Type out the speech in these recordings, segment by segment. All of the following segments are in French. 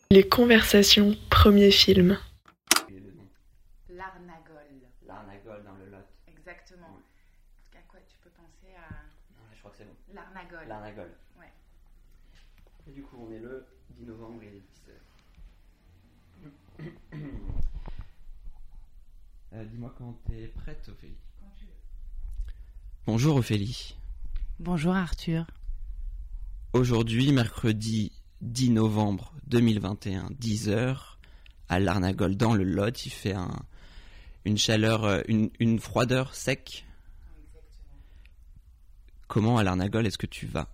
Les conversations, premier film. Et le nom. L'Arnagol. L'Arnagol dans le Lot. Exactement. À quoi tu peux penser à Non, je crois que c'est bon. l'Arnagol. L'Arnagol. Ouais. Et du coup, on est le 10 novembre, il est 10 heures. Dis-moi quand t'es prête, Ophélie. Quand tu veux. Bonjour, Ophélie. Bonjour Arthur. Aujourd'hui, mercredi 10 novembre 2021, 10 heures, à l'Arnagol dans le Lot, il fait une chaleur, une froideur sec. Exactement. Comment à l'Arnagol est-ce que tu vas?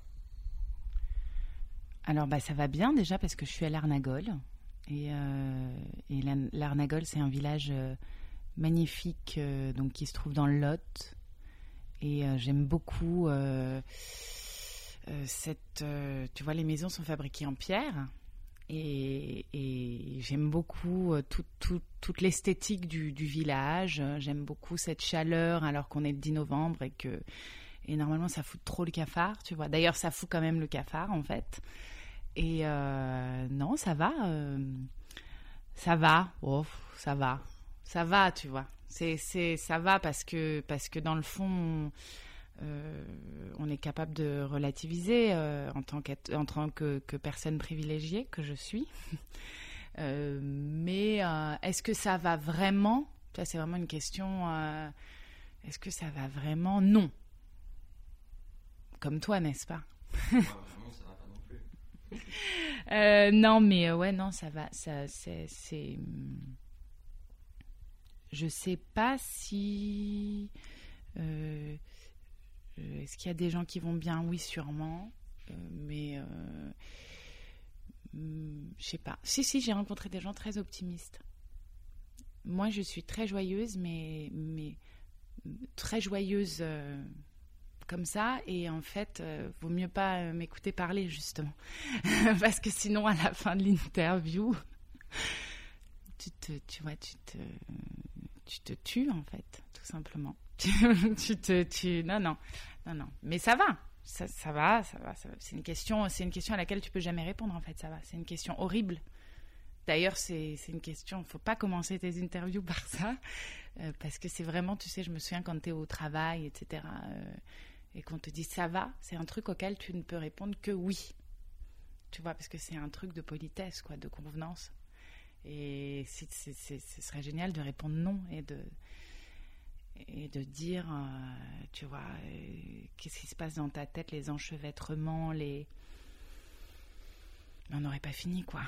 Alors ça va bien déjà parce que je suis à l'Arnagol. Et l'Arnagol, c'est un village magnifique donc, qui se trouve dans le Lot. Et j'aime beaucoup tu vois, les maisons sont fabriquées en pierre. Et j'aime beaucoup toute l'esthétique du village. J'aime beaucoup cette chaleur alors qu'on est le 10 novembre et normalement ça fout trop le cafard, tu vois. D'ailleurs, ça fout quand même le cafard en fait. Et non, ça va. Ça va. Oh, ça va. Ça va, tu vois. Ça va parce que dans le fond, on est capable de relativiser en tant que personne privilégiée que je suis. Mais est-ce que ça va vraiment? Ça, c'est vraiment une question. Est-ce que ça va vraiment? Non. Comme toi, n'est-ce pas? Vraiment, ça va pas non plus. Non, mais ouais, non, ça va. C'est. Je sais pas si. Est-ce qu'il y a des gens qui vont bien? Oui, sûrement. Mais je sais pas. Si, j'ai rencontré des gens très optimistes. Moi, je suis très joyeuse, mais très joyeuse comme ça. Et en fait, vaut mieux pas m'écouter parler, justement. Parce que sinon, à la fin de l'interview, tu te tues, en fait, tout simplement. Non. Mais ça va. Ça va. C'est une question à laquelle tu peux jamais répondre, en fait. Ça va. C'est une question horrible. D'ailleurs, c'est une question. Faut pas commencer tes interviews par ça, parce que c'est vraiment, tu sais, je me souviens quand t'es au travail, etc., et qu'on te dit ça va, c'est un truc auquel tu ne peux répondre que oui. Tu vois, parce que c'est un truc de politesse, quoi, de convenance. Et ce serait génial de répondre non et de dire, tu vois, qu'est-ce qui se passe dans ta tête, les enchevêtrements, Mais on n'aurait pas fini, quoi.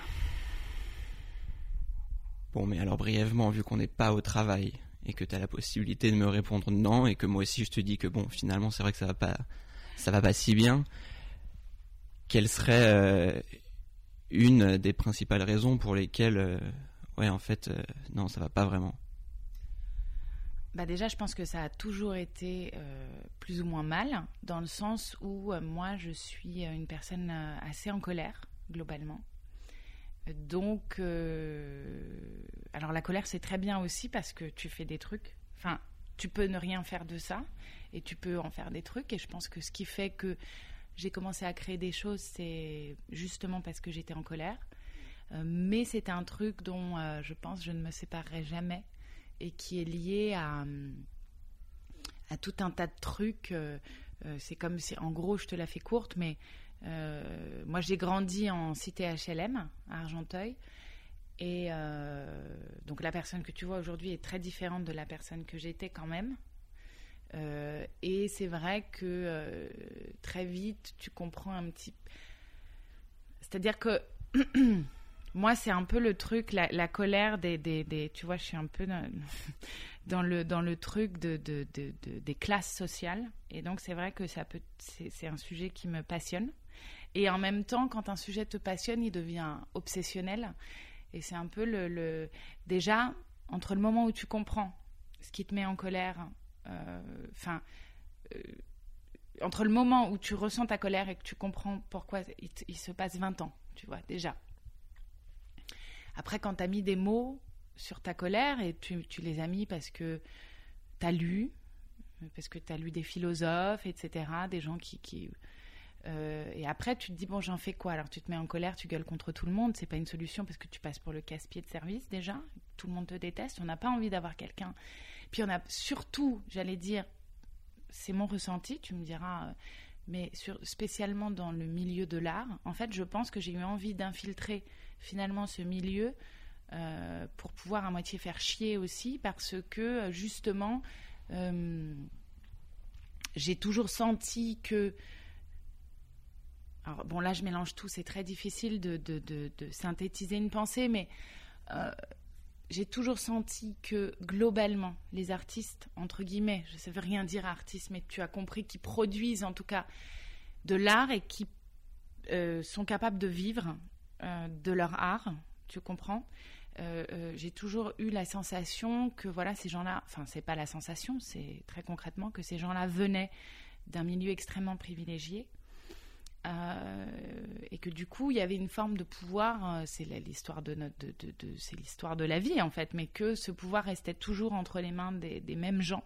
Bon, mais alors brièvement, vu qu'on n'est pas au travail et que tu as la possibilité de me répondre non et que moi aussi je te dis que bon, finalement, c'est vrai que ça va pas si bien, quelle serait une des principales raisons pour lesquelles, non, ça va pas vraiment? Déjà, je pense que ça a toujours été plus ou moins mal, dans le sens où moi, je suis une personne assez en colère, globalement. Donc, alors la colère, c'est très bien aussi parce que tu fais des trucs. Enfin, tu peux ne rien faire de ça et tu peux en faire des trucs. Et je pense que ce qui fait que j'ai commencé à créer des choses, c'est justement parce que j'étais en colère. Mais c'était un truc dont je pense je ne me séparerai jamais et qui est lié à tout un tas de trucs. C'est comme si, en gros, je te la fais courte, mais moi j'ai grandi en cité HLM à Argenteuil. Et donc la personne que tu vois aujourd'hui est très différente de la personne que j'étais quand même. Et c'est vrai que très vite tu comprends un petit. C'est-à-dire que moi c'est un peu le truc, la colère des tu vois, je suis un peu dans le truc des classes sociales. Et donc c'est vrai que c'est un sujet qui me passionne. Et en même temps, quand un sujet te passionne, il devient obsessionnel. Et c'est un peu déjà, entre le moment où tu comprends ce qui te met en colère, entre le moment où tu ressens ta colère et que tu comprends pourquoi il se passe 20 ans, tu vois, déjà. Après, quand tu as mis des mots sur ta colère, et tu les as mis parce que tu as lu des philosophes, etc., des gens qui Et après, tu te dis, bon, j'en fais quoi? Alors, tu te mets en colère, tu gueules contre tout le monde. C'est pas une solution parce que tu passes pour le casse-pied de service déjà. Tout le monde te déteste. On n'a pas envie d'avoir quelqu'un. Puis, on a surtout, j'allais dire, c'est mon ressenti, tu me diras, mais spécialement dans le milieu de l'art, en fait, je pense que j'ai eu envie d'infiltrer finalement ce milieu pour pouvoir à moitié faire chier aussi parce que, justement, j'ai toujours senti que... Alors, bon, là, je mélange tout. C'est très difficile de synthétiser une pensée, mais j'ai toujours senti que, globalement, les artistes, entre guillemets, je ne sais rien dire artistes, mais tu as compris, qui produisent, en tout cas, de l'art et qui sont capables de vivre de leur art, tu comprends? J'ai toujours eu la sensation que, voilà, ces gens-là... Enfin, c'est pas la sensation, c'est très concrètement que ces gens-là venaient d'un milieu extrêmement privilégié. Et que du coup il y avait une forme de pouvoir, c'est l'histoire c'est l'histoire de la vie en fait, mais que ce pouvoir restait toujours entre les mains des mêmes gens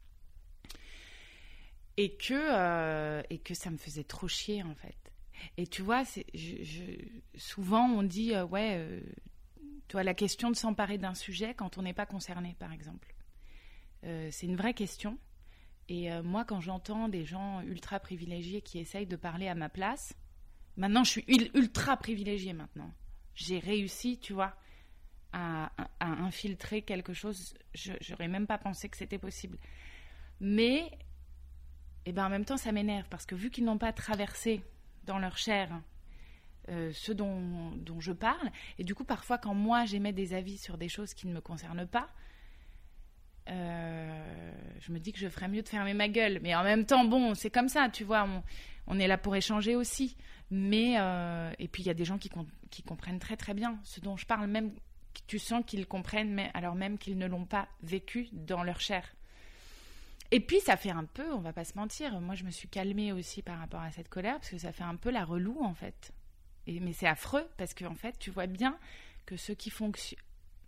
et que ça me faisait trop chier en fait. Et tu vois, souvent on dit toi, la question de s'emparer d'un sujet quand on n'est pas concerné par exemple, c'est une vraie question. Et moi, quand j'entends des gens ultra privilégiés qui essayent de parler à ma place, maintenant, je suis ultra privilégiée maintenant. J'ai réussi, tu vois, à infiltrer quelque chose. J'aurais même pas pensé que c'était possible. Mais, en même temps, ça m'énerve parce que vu qu'ils n'ont pas traversé dans leur chair ce dont je parle, et du coup, parfois, quand moi, j'émets des avis sur des choses qui ne me concernent pas, je me dis que je ferais mieux de fermer ma gueule, mais en même temps, bon, c'est comme ça, tu vois, on est là pour échanger aussi, mais et puis il y a des gens qui comprennent très très bien ce dont je parle, même tu sens qu'ils comprennent, mais alors même qu'ils ne l'ont pas vécu dans leur chair. Et puis ça fait un peu, on va pas se mentir, moi je me suis calmée aussi par rapport à cette colère parce que ça fait un peu la reloue en fait. Mais c'est affreux parce que en fait, tu vois bien que ceux qui fonctionnent,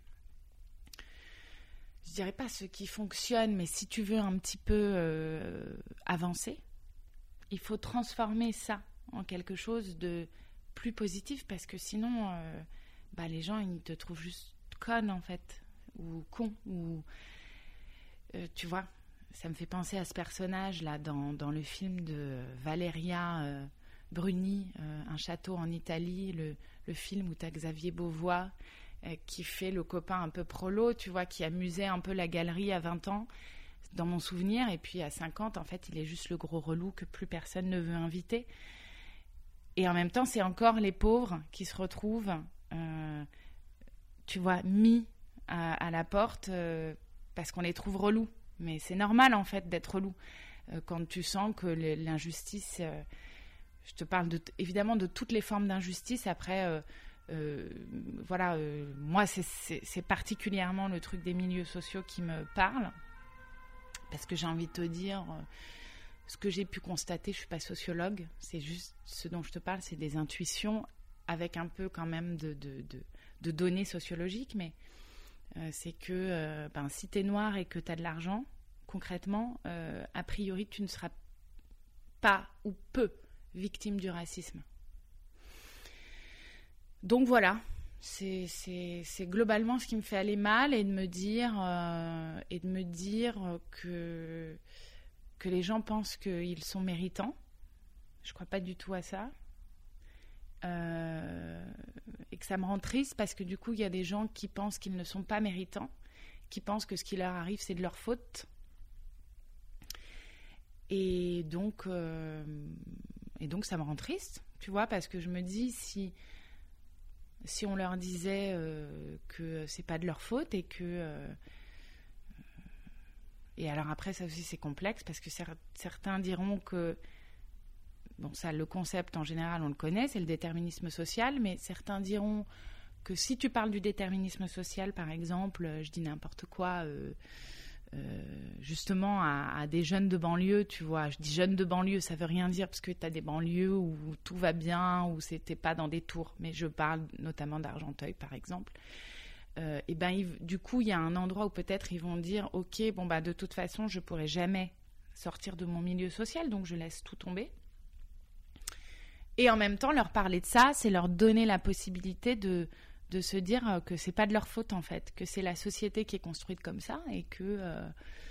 je dirais pas ce qui fonctionne, mais si tu veux un petit peu avancer, il faut transformer ça en quelque chose de plus positif parce que sinon, les gens ils te trouvent juste conne en fait, ou con, ou tu vois, ça me fait penser à ce personnage là dans le film de Valeria Bruni, Un château en Italie, le film où tu as Xavier Beauvois qui fait le copain un peu prolo, tu vois, qui amusait un peu la galerie à 20 ans, dans mon souvenir, et puis à 50, en fait, il est juste le gros relou que plus personne ne veut inviter. Et en même temps, c'est encore les pauvres qui se retrouvent, tu vois, mis à la porte parce qu'on les trouve relous. Mais c'est normal, en fait, d'être relou. Quand tu sens que l'injustice... je te parle évidemment de toutes les formes d'injustice, après... moi c'est particulièrement le truc des milieux sociaux qui me parle parce que j'ai envie de te dire ce que j'ai pu constater. Je suis pas sociologue, c'est juste ce dont je te parle, c'est des intuitions avec un peu quand même de données sociologiques, mais c'est que si t'es noir et que t'as de l'argent, concrètement, a priori tu ne seras pas ou peu victime du racisme. Donc voilà, c'est globalement ce qui me fait aller mal, et de me dire que les gens pensent qu'ils sont méritants. Je crois pas du tout à ça. Et que ça me rend triste parce que du coup, il y a des gens qui pensent qu'ils ne sont pas méritants, qui pensent que ce qui leur arrive, c'est de leur faute. Et donc ça me rend triste, tu vois, parce que je me dis si on leur disait que c'est pas de leur faute et que et alors après ça aussi c'est complexe parce que certains diront que bon, ça, le concept en général on le connaît, c'est le déterminisme social, mais certains diront que si tu parles du déterminisme social, par exemple, je dis n'importe quoi, justement à des jeunes de banlieue, tu vois, je dis jeunes de banlieue, ça veut rien dire parce que tu as des banlieues où tout va bien, où c'était pas dans des tours, mais je parle notamment d'Argenteuil par exemple. Et du coup il y a un endroit où peut-être ils vont dire ok, bon de toute façon je pourrai jamais sortir de mon milieu social, donc je laisse tout tomber. Et en même temps, leur parler de ça, c'est leur donner la possibilité de se dire que c'est pas de leur faute, en fait, que c'est la société qui est construite comme ça et que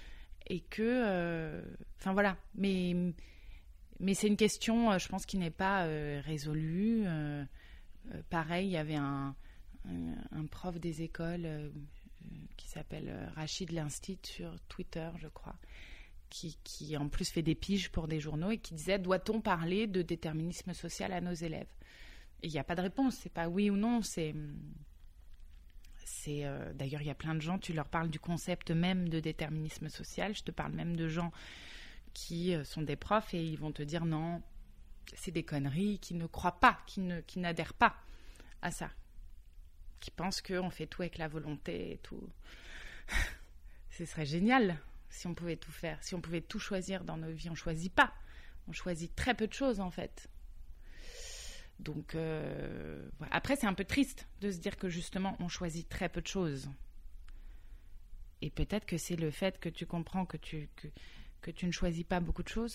enfin voilà. Mais c'est une question, je pense, qui n'est pas résolue. Pareil, il y avait un prof des écoles qui s'appelle Rachid Linstit sur Twitter, je crois, qui en plus fait des piges pour des journaux et qui disait: doit-on parler de déterminisme social à nos élèves? Et il n'y a pas de réponse, c'est pas oui ou non, c'est d'ailleurs il y a plein de gens, tu leur parles du concept même de déterminisme social, je te parle même de gens qui sont des profs et ils vont te dire non, c'est des conneries, qui ne croient pas, qui n'adhèrent pas à ça, qui pensent qu'on fait tout avec la volonté et tout. Ce serait génial si on pouvait tout faire, si on pouvait tout choisir dans nos vies. On ne choisit pas, on choisit très peu de choses en fait. Donc voilà. Après c'est un peu triste de se dire que justement on choisit très peu de choses. Et peut-être que c'est le fait que tu comprends que tu ne choisis pas beaucoup de choses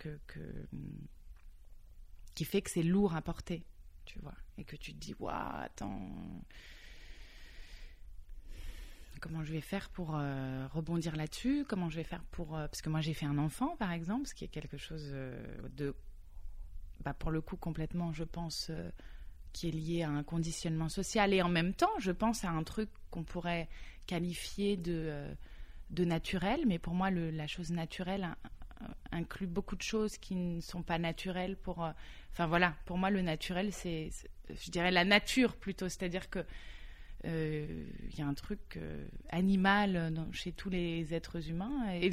qui fait que c'est lourd à porter, tu vois, et que tu te dis waouh, attends, comment je vais faire pour rebondir là-dessus, comment je vais faire pour parce que moi j'ai fait un enfant par exemple, ce qui est quelque chose de pour le coup complètement, je pense, qui est lié à un conditionnement social, et en même temps je pense à un truc qu'on pourrait qualifier de naturel, mais pour moi la chose naturelle inclut beaucoup de choses qui ne sont pas naturelles enfin voilà, pour moi le naturel c'est je dirais la nature plutôt, c'est-à-dire que y a un truc animal chez tous les êtres humains, et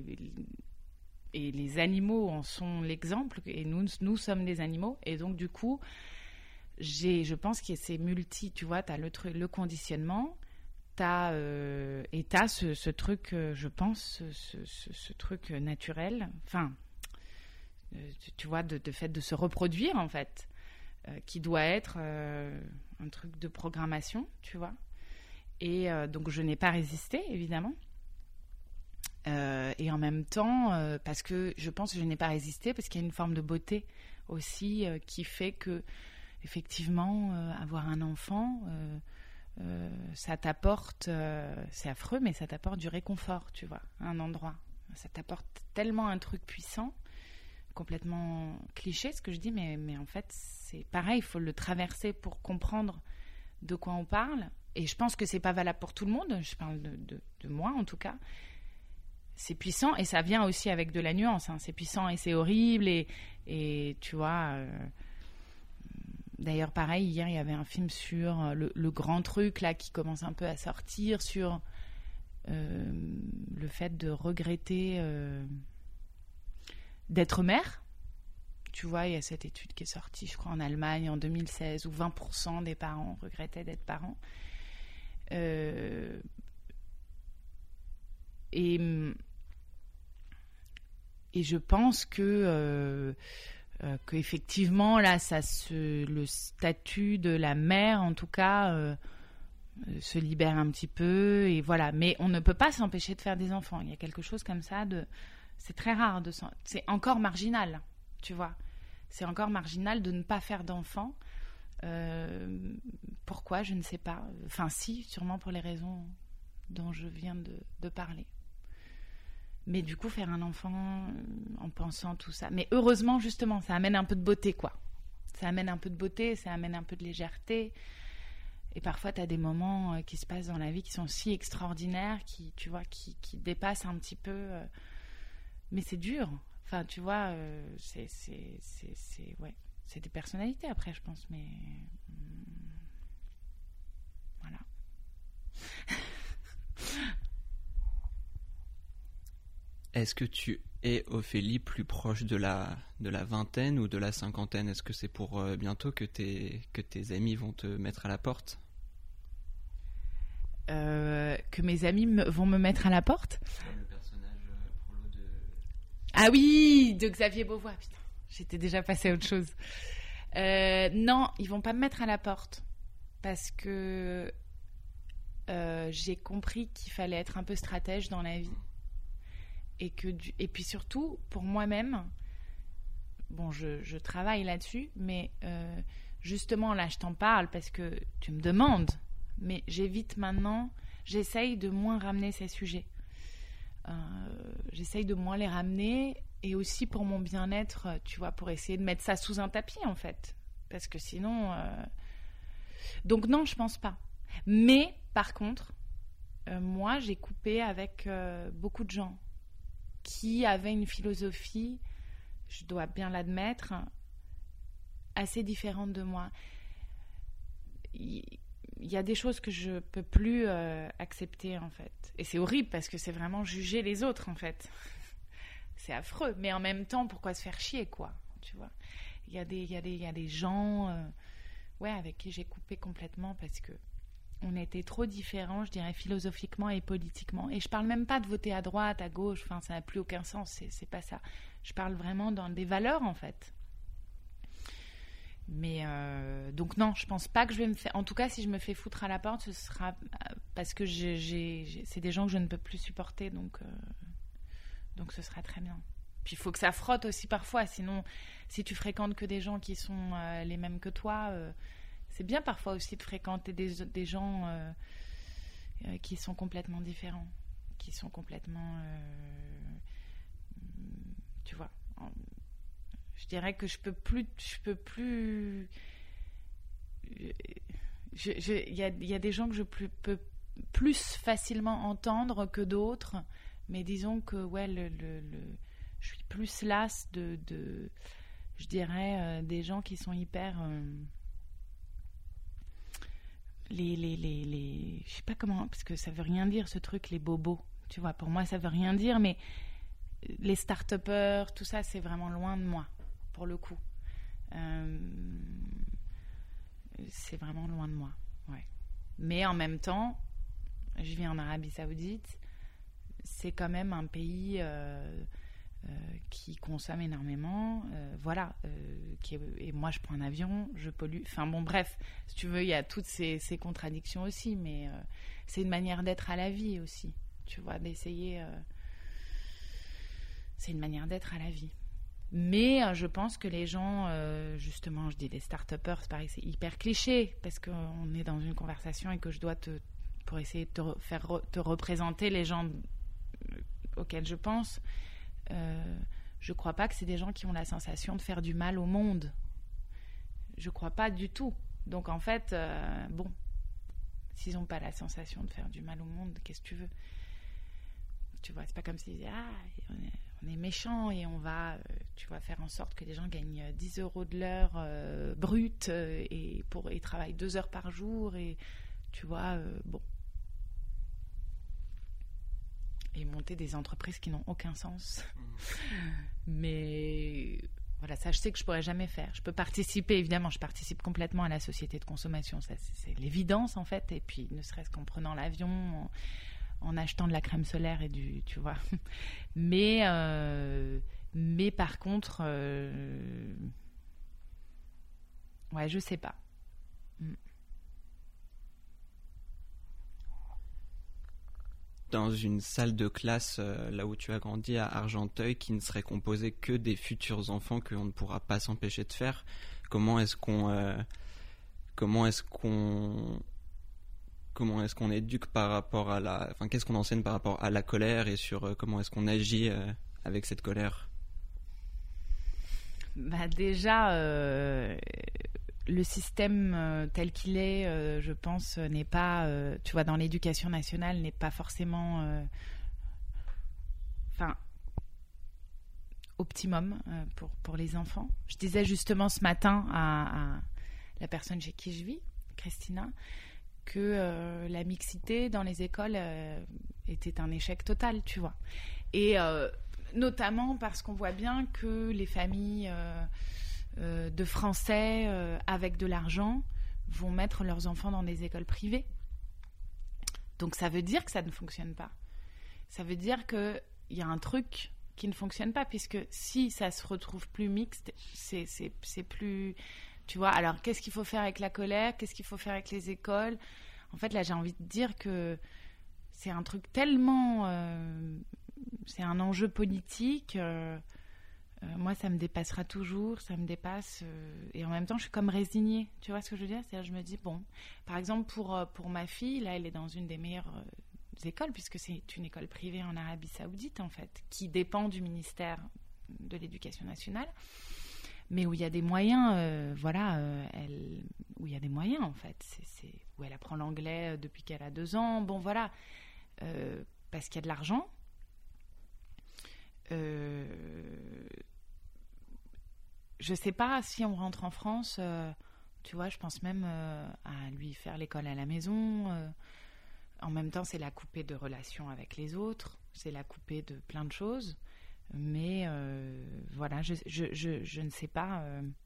les animaux en sont l'exemple, et nous sommes des animaux, et donc du coup je pense que c'est multi, tu vois, t'as le conditionnement, et t'as ce truc, je pense, ce truc naturel, enfin, tu vois, de fait de se reproduire, en fait, qui doit être un truc de programmation, tu vois. Et donc, je n'ai pas résisté, évidemment. Et en même temps, parce que je pense que je n'ai pas résisté, parce qu'il y a une forme de beauté aussi qui fait que, effectivement, avoir un enfant... ça t'apporte, c'est affreux, mais ça t'apporte du réconfort, tu vois, à un endroit. Ça t'apporte tellement un truc puissant, complètement cliché ce que je dis, mais en fait c'est pareil, il faut le traverser pour comprendre de quoi on parle. Et je pense que c'est pas valable pour tout le monde, je parle de moi en tout cas. C'est puissant, et ça vient aussi avec de la nuance, hein. C'est puissant et c'est horrible, et tu vois... D'ailleurs, pareil, hier, il y avait un film sur le grand truc, là, qui commence un peu à sortir, sur le fait de regretter d'être mère. Tu vois, il y a cette étude qui est sortie, je crois, en Allemagne, en 2016, où 20% des parents regrettaient d'être parents. Et je pense qu'effectivement, là, le statut de la mère, en tout cas, se libère un petit peu, et voilà. Mais on ne peut pas s'empêcher de faire des enfants. Il y a quelque chose comme ça c'est très rare c'est encore marginal, tu vois. C'est encore marginal de ne pas faire d'enfants. Pourquoi, je ne sais pas. Enfin, si, sûrement pour les raisons dont je viens de parler. Mais du coup, faire un enfant en pensant tout ça. Mais heureusement, justement, ça amène un peu de beauté, quoi. Ça amène un peu de beauté, ça amène un peu de légèreté. Et parfois, tu as des moments qui se passent dans la vie qui sont si extraordinaires, qui dépassent un petit peu. Mais c'est dur. Enfin, tu vois, ouais. C'est des personnalités après, je pense. Mais voilà. Est-ce que tu es, Ophélie, plus proche de la vingtaine ou de la cinquantaine? Est-ce que c'est pour bientôt que tes amis vont te mettre à la porte? Que mes amis vont me mettre à la porte? Le personnage prolo de... Ah oui, de Xavier Beauvois. Putain, j'étais déjà passée à autre chose. Non, ils vont pas me mettre à la porte. Parce que j'ai compris qu'il fallait être un peu stratège dans la vie. Et puis surtout, pour moi-même, bon, je travaille là-dessus, mais justement, là, je t'en parle parce que tu me demandes, mais j'évite maintenant, j'essaye de moins ramener ces sujets. J'essaye de moins les ramener, et aussi pour mon bien-être, tu vois, pour essayer de mettre ça sous un tapis, en fait. Parce que sinon... Donc non, je pense pas. Mais, par contre, moi, j'ai coupé avec beaucoup de gens qui avaient une philosophie, je dois bien l'admettre, assez différente de moi. Il y a des choses que je peux plus accepter, en fait. Et c'est horrible parce que c'est vraiment juger les autres, en fait. C'est affreux. Mais en même temps, pourquoi se faire chier, quoi, tu vois. Il y a des gens avec qui j'ai coupé complètement parce que on était trop différents, je dirais, philosophiquement et politiquement. Et je parle même pas de voter à droite, à gauche, enfin, ça n'a plus aucun sens, c'est pas ça. Je parle vraiment dans des valeurs, en fait. Mais donc non, je pense pas que je vais me faire... En tout cas, si je me fais foutre à la porte, ce sera parce que c'est des gens que je ne peux plus supporter, donc ce sera très bien. Puis il faut que ça frotte aussi parfois, sinon, si tu fréquentes que des gens qui sont les mêmes que toi, c'est bien parfois aussi de fréquenter des gens qui sont complètement différents, qui sont complètement... tu vois... Je dirais que je peux plus. Il y a des gens que je peux plus facilement entendre que d'autres, mais disons que je suis plus lasse de je dirais des gens qui sont hyper les je sais pas comment, parce que ça veut rien dire ce truc, les bobos. Tu vois, pour moi ça veut rien dire, mais les start-upers, tout ça, c'est vraiment loin de moi. Pour le coup, c'est vraiment loin de moi, ouais. Mais en même temps, je vis en Arabie Saoudite, c'est quand même un pays qui consomme énormément, et moi je prends un avion, je pollue, enfin bon bref, si tu veux, il y a toutes ces contradictions aussi, mais c'est une manière d'être à la vie aussi, tu vois, d'essayer, c'est une manière d'être à la vie. Mais je pense que les gens, justement, je dis des start-upers, c'est pareil, c'est hyper cliché, parce qu'on est dans une conversation et que je dois pour essayer de te représenter les gens auxquels je pense, je crois pas que c'est des gens qui ont la sensation de faire du mal au monde. Je crois pas du tout. Donc en fait, s'ils n'ont pas la sensation de faire du mal au monde, qu'est-ce que tu veux ? Tu vois, c'est pas comme s'ils disaient on est méchant et on va faire en sorte que les gens gagnent 10 € de l'heure brute et travaillent 2 heures par jour et tu vois, et monter des entreprises qui n'ont aucun sens. Mais voilà, ça je sais que je pourrais jamais faire. Je peux participer, évidemment, je participe complètement à la société de consommation, ça c'est l'évidence en fait, et puis ne serait-ce qu'en prenant l'avion, en achetant de la crème solaire et tu vois. Mais par contre, je sais pas. Dans une salle de classe, là où tu as grandi à Argenteuil, qui ne serait composée que des futurs enfants qu'on ne pourra pas s'empêcher de faire, comment est-ce qu'on éduque par rapport à qu'est-ce qu'on enseigne par rapport à la colère et sur comment est-ce qu'on agit avec cette colère? Déjà, le système tel qu'il est, je pense, n'est pas, tu vois, dans l'éducation nationale, n'est pas forcément, optimum pour les enfants. Je disais justement ce matin à la personne chez qui je vis, Christina, que la mixité dans les écoles était un échec total, tu vois. Et notamment parce qu'on voit bien que les familles de Français avec de l'argent vont mettre leurs enfants dans des écoles privées. Donc ça veut dire que ça ne fonctionne pas. Ça veut dire qu'il y a un truc qui ne fonctionne pas, puisque si ça se retrouve plus mixte, c'est plus... Tu vois, alors qu'est-ce qu'il faut faire avec la colère ? Qu'est-ce qu'il faut faire avec les écoles ? En fait, là, j'ai envie de dire que c'est un truc tellement... c'est un enjeu politique Moi, ça me dépassera toujours, ça me dépasse. Et en même temps, je suis comme résignée. Tu vois ce que je veux dire? C'est-à-dire, je me dis, bon, par exemple, pour ma fille, là, elle est dans une des meilleures écoles, puisque c'est une école privée en Arabie Saoudite, en fait, qui dépend du ministère de l'Éducation nationale, mais où il y a des moyens, où il y a des moyens, en fait. Où elle apprend l'anglais depuis qu'elle a 2 ans. Bon, voilà. Parce qu'il y a de l'argent. Je sais pas si on rentre en France, tu vois, je pense même à lui faire l'école à la maison. En même temps, c'est la couper de relations avec les autres, c'est la couper de plein de choses. Mais voilà, je ne sais pas.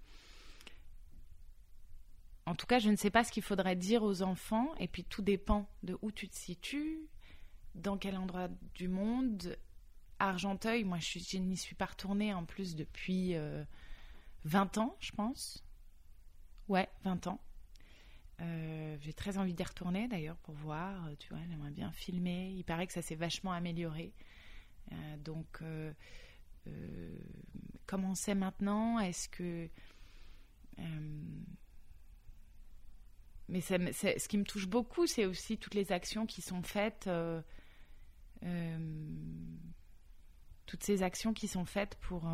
En tout cas, je ne sais pas ce qu'il faudrait dire aux enfants. Et puis, tout dépend de où tu te situes, dans quel endroit du monde. Argenteuil, moi, je n'y suis pas retournée en plus depuis 20 ans, je pense. Ouais, 20 ans. J'ai très envie d'y retourner, d'ailleurs, pour voir. Tu vois, j'aimerais bien filmer. Il paraît que ça s'est vachement amélioré. Donc, comment c'est maintenant? Est-ce que... mais ce qui me touche beaucoup, c'est aussi toutes les actions qui sont faites... toutes ces actions qui sont faites pour...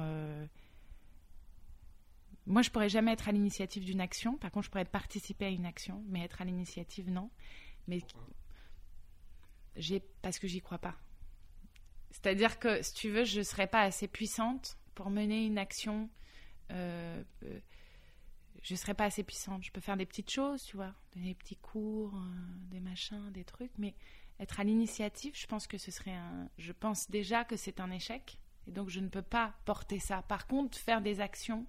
Moi, je pourrais jamais être à l'initiative d'une action. Par contre, je pourrais participer à une action, mais être à l'initiative, non. Mais parce que j'y crois pas. C'est-à-dire que, si tu veux, je serais pas assez puissante pour mener une action. Je serais pas assez puissante. Je peux faire des petites choses, tu vois, donner des petits cours, des machins, des trucs, mais être à l'initiative, je pense que ce serait je pense déjà que c'est un échec, et donc je ne peux pas porter ça. Par contre, faire des actions,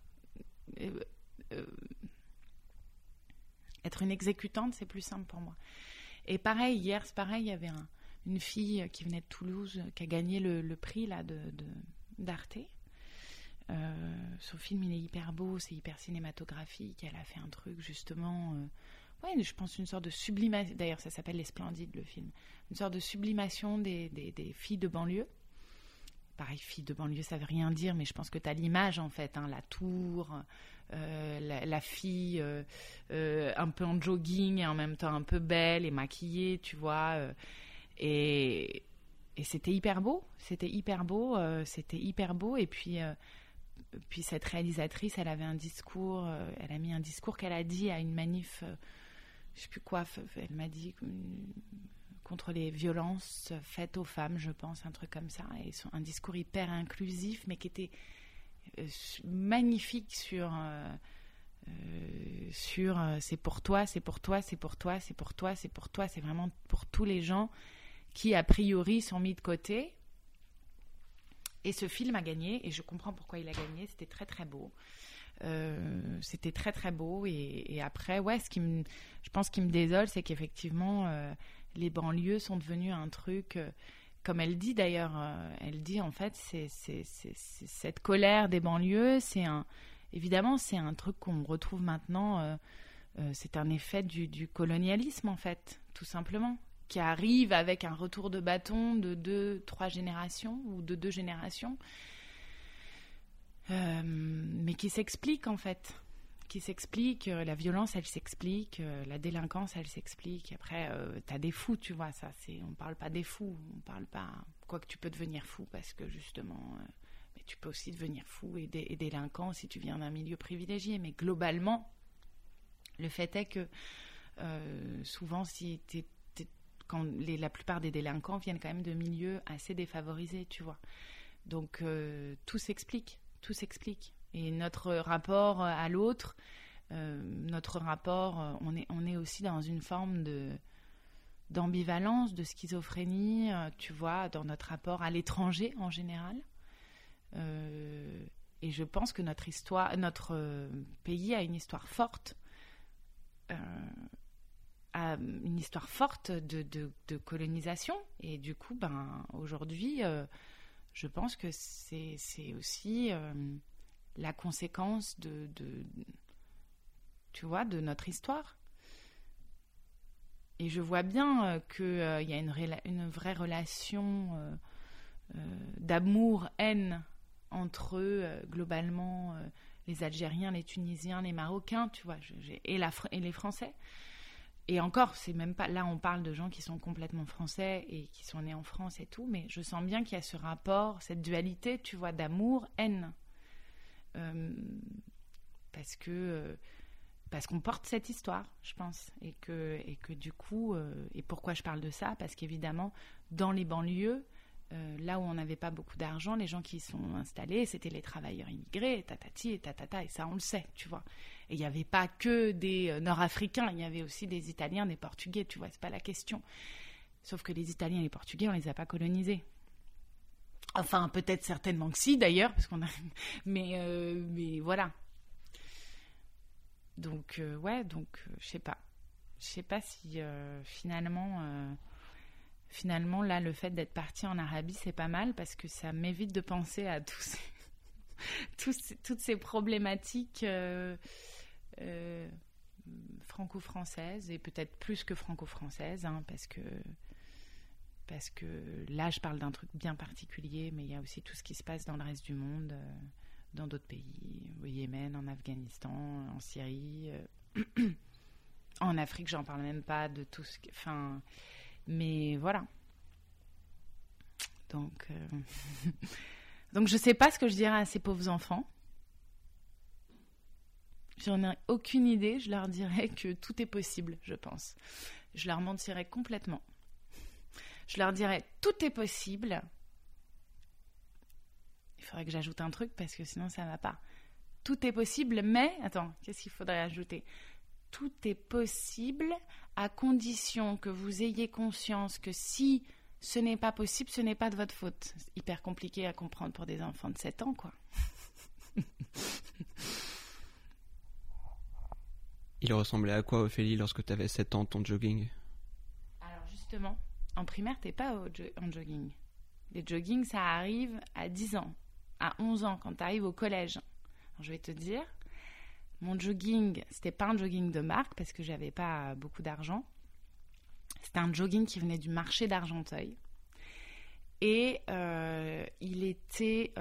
être une exécutante, c'est plus simple pour moi. Et pareil, hier, c'est pareil, il y avait une fille qui venait de Toulouse, qui a gagné le prix là d'Arte. Son film, il est hyper beau, c'est hyper cinématographique. Elle a fait un truc justement... ouais, je pense une sorte de sublimation. D'ailleurs, ça s'appelle Les Splendides, le film. Une sorte de sublimation des filles de banlieue. Pareil, filles de banlieue, ça veut rien dire, mais je pense que tu as l'image, en fait. Hein, la tour, la fille un peu en jogging et en même temps un peu belle et maquillée, tu vois. Et c'était hyper beau. C'était hyper beau. Et puis cette réalisatrice, elle avait un discours. Elle a mis un discours qu'elle a dit à une manif... je sais plus quoi, elle m'a dit contre les violences faites aux femmes, je pense, un truc comme ça, et un discours hyper inclusif, mais qui était magnifique sur c'est pour toi, c'est pour toi, c'est pour toi, c'est pour toi, c'est pour toi, c'est vraiment pour tous les gens qui a priori sont mis de côté. Et ce film a gagné, et je comprends pourquoi il a gagné. C'était très très beau. C'était très très beau, et après, ouais, je pense qui me désole, c'est qu'effectivement les banlieues sont devenues un truc, comme elle dit d'ailleurs, elle dit en fait c'est cette colère des banlieues, évidemment c'est un truc qu'on retrouve maintenant, c'est un effet du colonialisme en fait, tout simplement, qui arrive avec un retour de bâton de 2-3 générations ou de 2 générations. Mais qui s'explique en fait, la violence elle s'explique, la délinquance elle s'explique. Après t'as des fous, tu vois, on parle pas des fous, on parle pas, quoique tu peux devenir fou parce que justement, mais tu peux aussi devenir fou et délinquant si tu viens d'un milieu privilégié. Mais globalement, le fait est que souvent quand la plupart des délinquants viennent quand même de milieux assez défavorisés, tu vois. Donc tout s'explique. Et notre rapport à l'autre, on est aussi dans une forme d'ambivalence, de schizophrénie, tu vois, dans notre rapport à l'étranger en général. Et je pense que notre pays a une histoire forte, de colonisation. Et du coup, aujourd'hui... je pense que c'est aussi la conséquence tu vois, de notre histoire. Et je vois bien qu'il y a une vraie relation d'amour-haine entre eux, globalement, les Algériens, les Tunisiens, les Marocains, tu vois, et les Français. Et encore, c'est même pas... Là, on parle de gens qui sont complètement français et qui sont nés en France et tout, mais je sens bien qu'il y a ce rapport, cette dualité, tu vois, d'amour, haine. Parce qu'on porte cette histoire, je pense. Et que du coup... et pourquoi je parle de ça ? Parce qu'évidemment, dans les banlieues, là où on n'avait pas beaucoup d'argent, les gens qui y sont installés, c'était les travailleurs immigrés, tatati et tatata, et ça, on le sait, tu vois. Et il n'y avait pas que des Nord-Africains, il y avait aussi des Italiens, des Portugais, tu vois, c'est pas la question. Sauf que les Italiens et les Portugais, on les a pas colonisés. Enfin, peut-être certainement que si, d'ailleurs, parce qu'on a... mais voilà. Donc, je sais pas. Je sais pas si finalement, là, le fait d'être partie en Arabie, c'est pas mal, parce que ça m'évite de penser à toutes ces problématiques franco-françaises, et peut-être plus que franco-françaises, hein, parce que là, je parle d'un truc bien particulier, mais il y a aussi tout ce qui se passe dans le reste du monde, dans d'autres pays, au Yémen, en Afghanistan, en Syrie, en Afrique, j'en parle même pas de tout ce qui... Enfin, mais voilà. Donc je sais pas ce que je dirais à ces pauvres enfants. J'en ai aucune idée. Je leur dirais que tout est possible, je pense. Je leur mentirais complètement. Je leur dirais tout est possible. Il faudrait que j'ajoute un truc parce que sinon ça va pas. Tout est possible, mais... Attends, qu'est-ce qu'il faudrait ajouter ? Tout est possible à condition que vous ayez conscience que si ce n'est pas possible, ce n'est pas de votre faute. C'est hyper compliqué à comprendre pour des enfants de 7 ans, quoi. Il ressemblait à quoi, Ophélie, lorsque tu avais 7 ans, ton jogging ? Alors justement, en primaire, t'es pas en jogging. Les joggings, ça arrive à 10 ans, à 11 ans, quand tu arrives au collège. Alors, je vais te dire, mon jogging, c'était pas un jogging de marque parce que j'avais pas beaucoup d'argent. C'était un jogging qui venait du marché d'Argenteuil. Et il était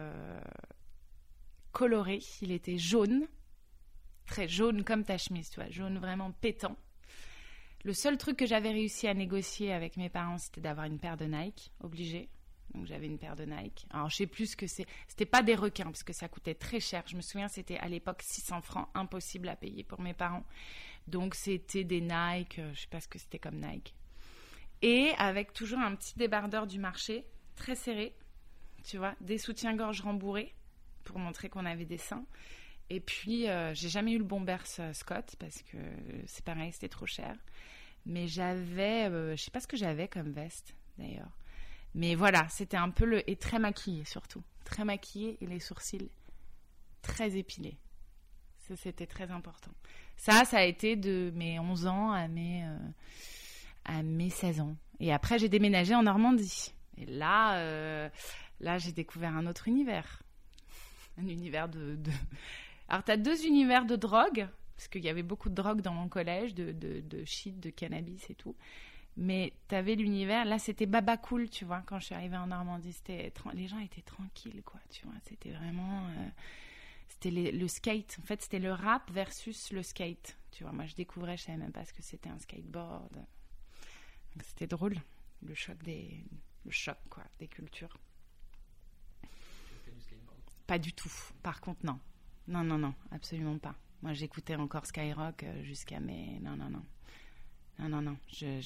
coloré, il était jaune, très jaune comme ta chemise, tu vois, jaune vraiment pétant. Le seul truc que j'avais réussi à négocier avec mes parents, c'était d'avoir une paire de Nike, obligée. Donc j'avais une paire de Nike. Alors je sais plus ce que c'est. C'était pas des requins parce que ça coûtait très cher. Je me souviens, c'était à l'époque 600 francs, impossible à payer pour mes parents. Donc c'était des Nike, je sais pas ce que c'était comme Nike. Et avec toujours un petit débardeur du marché, très serré, tu vois, des soutiens-gorge rembourrés pour montrer qu'on avait des seins. Et puis j'ai jamais eu le Bombers Scott parce que c'est pareil, c'était trop cher. Mais j'avais, je sais pas ce que j'avais comme veste d'ailleurs. Mais voilà, c'était un peu et très maquillée surtout. Très maquillée et les sourcils très épilés. Ça, c'était très important. Ça a été de mes 11 ans à mes 16 ans. Et après, j'ai déménagé en Normandie. Et là, j'ai découvert un autre univers. Un univers de... Alors, tu as 2 univers de drogue, parce qu'il y avait beaucoup de drogue dans mon collège, de shit, de cannabis et tout. Mais t'avais l'univers, là c'était baba cool, tu vois, quand je suis arrivée en Normandie, les gens étaient tranquilles, quoi, tu vois, c'était vraiment, c'était le skate, en fait c'était le rap versus le skate, tu vois, moi je découvrais, je savais même pas ce que c'était un skateboard, donc c'était drôle, le choc quoi, des cultures. Tu fais du skateboard ? Pas du tout, par contre non, absolument pas, moi j'écoutais encore Skyrock jusqu'à mes, non. Non,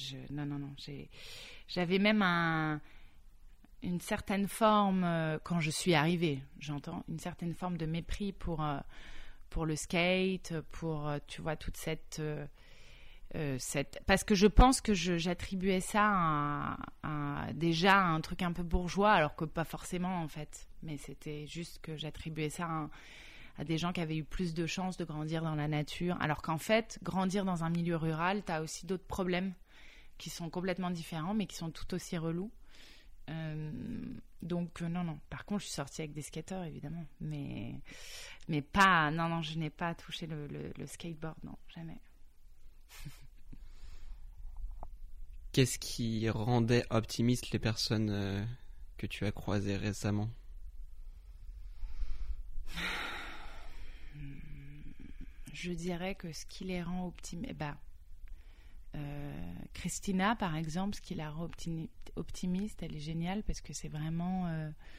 j'avais même une certaine forme, quand je suis arrivée, j'entends, une certaine forme de mépris pour le skate, pour, tu vois, toute cette... Parce que je pense que j'attribuais ça déjà à un truc un peu bourgeois, alors que pas forcément, en fait. Mais c'était juste que j'attribuais ça à des gens qui avaient eu plus de chances de grandir dans la nature. Alors qu'en fait, grandir dans un milieu rural, tu as aussi d'autres problèmes qui sont complètement différents, mais qui sont tout aussi relous. Donc, non. Par contre, je suis sortie avec des skateurs, évidemment. Mais pas... Non, je n'ai pas touché le skateboard, non, jamais. Qu'est-ce qui rendait optimistes les personnes que tu as croisées récemment ? je dirais que ce qui les rend optimistes... Christina, par exemple, ce qui la rend optimiste, elle est géniale parce que c'est vraiment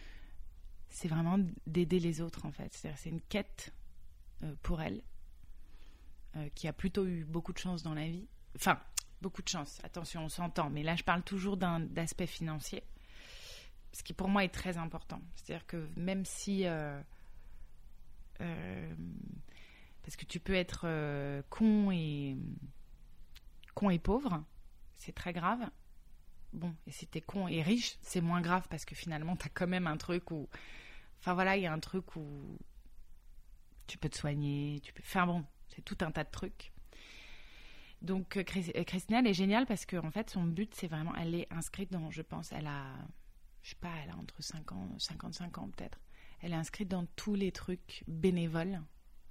d'aider les autres, en fait. C'est-à-dire, c'est une quête pour elle, qui a plutôt eu beaucoup de chance dans la vie. Enfin, beaucoup de chance, attention, on s'entend. Mais là, je parle toujours d'aspect financier, ce qui pour moi est très important. C'est-à-dire que même si... parce que tu peux être con et pauvre, c'est très grave. Bon, et si t'es con et riche, c'est moins grave parce que finalement, t'as quand même un truc où... Enfin voilà, il y a un truc où tu peux te soigner, Enfin bon, c'est tout un tas de trucs. Donc, Christina, elle est géniale parce que en fait, son but, c'est vraiment... Elle est inscrite dans, je pense, elle a entre 55 ans peut-être. Elle est inscrite dans tous les trucs bénévoles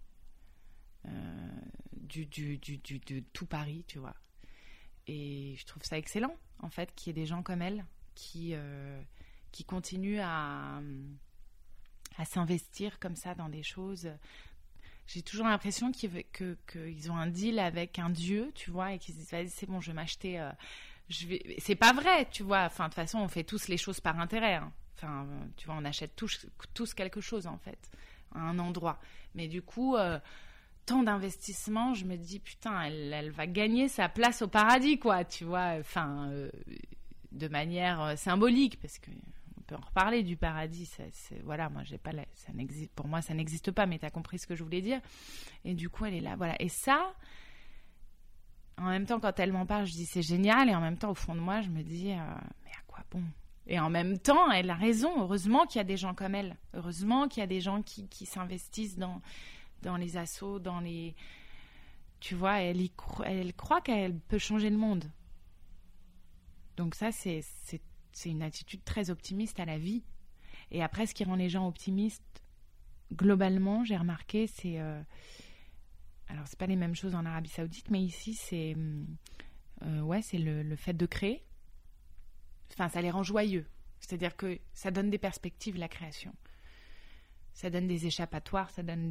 de tout Paris, tu vois. Et je trouve ça excellent, en fait, qu'il y ait des gens comme elle qui continuent à s'investir comme ça dans des choses. J'ai toujours l'impression qu'ils ont un deal avec un dieu, tu vois, et qu'ils se disent, vas-y, c'est bon, je vais m'acheter... C'est pas vrai, tu vois. Enfin, de toute façon, on fait tous les choses par intérêt, hein. Enfin, tu vois, on achète tous quelque chose, en fait, à un endroit. Mais du coup... tant d'investissement, je me dis putain, elle va gagner sa place au paradis, quoi, tu vois, enfin, de manière symbolique, parce que on peut en reparler du paradis, voilà, moi j'ai pas, ça n'existe, pour moi ça n'existe pas, mais t'as compris ce que je voulais dire, et du coup elle est là, voilà, et ça, en même temps quand elle m'en parle, je dis c'est génial, et en même temps au fond de moi je me dis mais à quoi bon? Et en même temps, elle a raison, heureusement qu'il y a des gens comme elle, heureusement qu'il y a des gens qui s'investissent dans les assos, dans les... Tu vois, elle croit qu'elle peut changer le monde. Donc ça, c'est une attitude très optimiste à la vie. Et après, ce qui rend les gens optimistes, globalement, j'ai remarqué, c'est... alors, c'est pas les mêmes choses en Arabie Saoudite, mais ici, c'est... c'est le fait de créer. Enfin, ça les rend joyeux. C'est-à-dire que ça donne des perspectives, la création. Ça donne des échappatoires, ça donne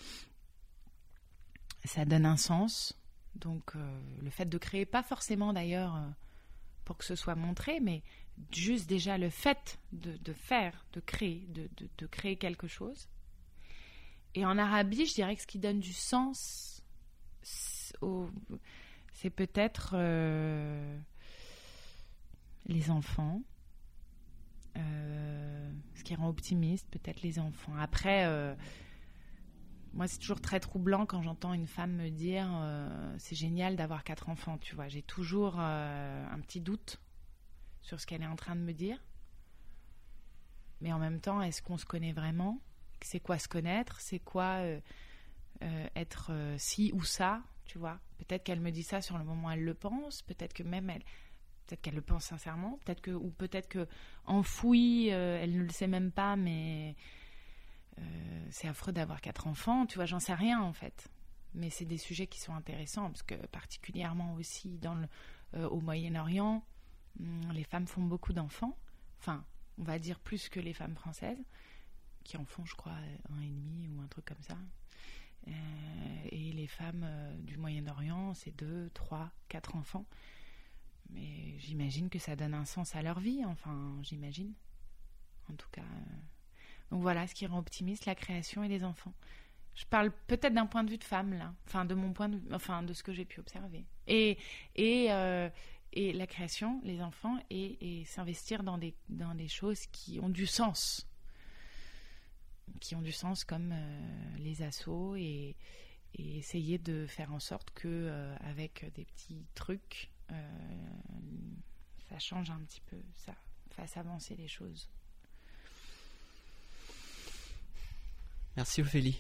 un sens. Donc, le fait de créer, pas forcément d'ailleurs pour que ce soit montré, mais juste déjà le fait de faire, de créer, de créer quelque chose. Et en Arabie, je dirais que ce qui donne du sens, c'est peut-être les enfants. Ce qui rend optimiste, peut-être les enfants. Après, moi, c'est toujours très troublant quand j'entends une femme me dire c'est génial d'avoir 4 enfants, tu vois. J'ai toujours un petit doute sur ce qu'elle est en train de me dire. Mais en même temps, est-ce qu'on se connaît vraiment? C'est quoi se connaître? C'est quoi être ci ou ça, tu vois? Peut-être qu'elle me dit ça sur le moment où elle le pense, peut-être que même peut-être qu'elle le pense sincèrement, peut-être que enfouie, elle ne le sait même pas, mais c'est affreux d'avoir 4 enfants, tu vois, j'en sais rien en fait. Mais c'est des sujets qui sont intéressants, parce que particulièrement aussi au Moyen-Orient, les femmes font beaucoup d'enfants, enfin, on va dire plus que les femmes françaises, qui en font, je crois, 1,5 ou un truc comme ça. Et les femmes du Moyen-Orient, c'est 2, 3, 4 enfants. Mais j'imagine que ça donne un sens à leur vie, enfin, j'imagine. En tout cas. Donc voilà, ce qui rend optimiste, la création et les enfants. Je parle peut-être d'un point de vue de femme, là. Enfin, de mon point de vue, enfin, de ce que j'ai pu observer. Et la création, les enfants, et s'investir dans des choses qui ont du sens. Qui ont du sens comme les assos et essayer de faire en sorte que avec des petits trucs, ça change un petit peu, ça fasse avancer les choses. Merci Ophélie.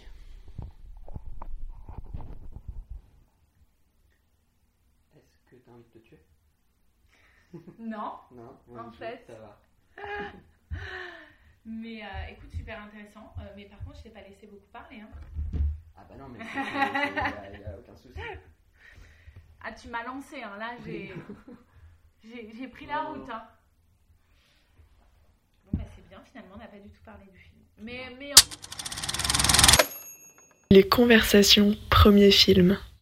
Est-ce que tu as envie de te tuer? Non. Non, en fait. Ça va. Mais écoute, super intéressant. Mais par contre, je t'ai pas laissé beaucoup parler. Hein. Ah bah non, mais il n'y a aucun souci. Ah, tu m'as lancé, hein. Là, j'ai pris la route. Hein. Bon, bah c'est bien, finalement, on n'a pas du tout parlé du film. Mais Les conversations premier film.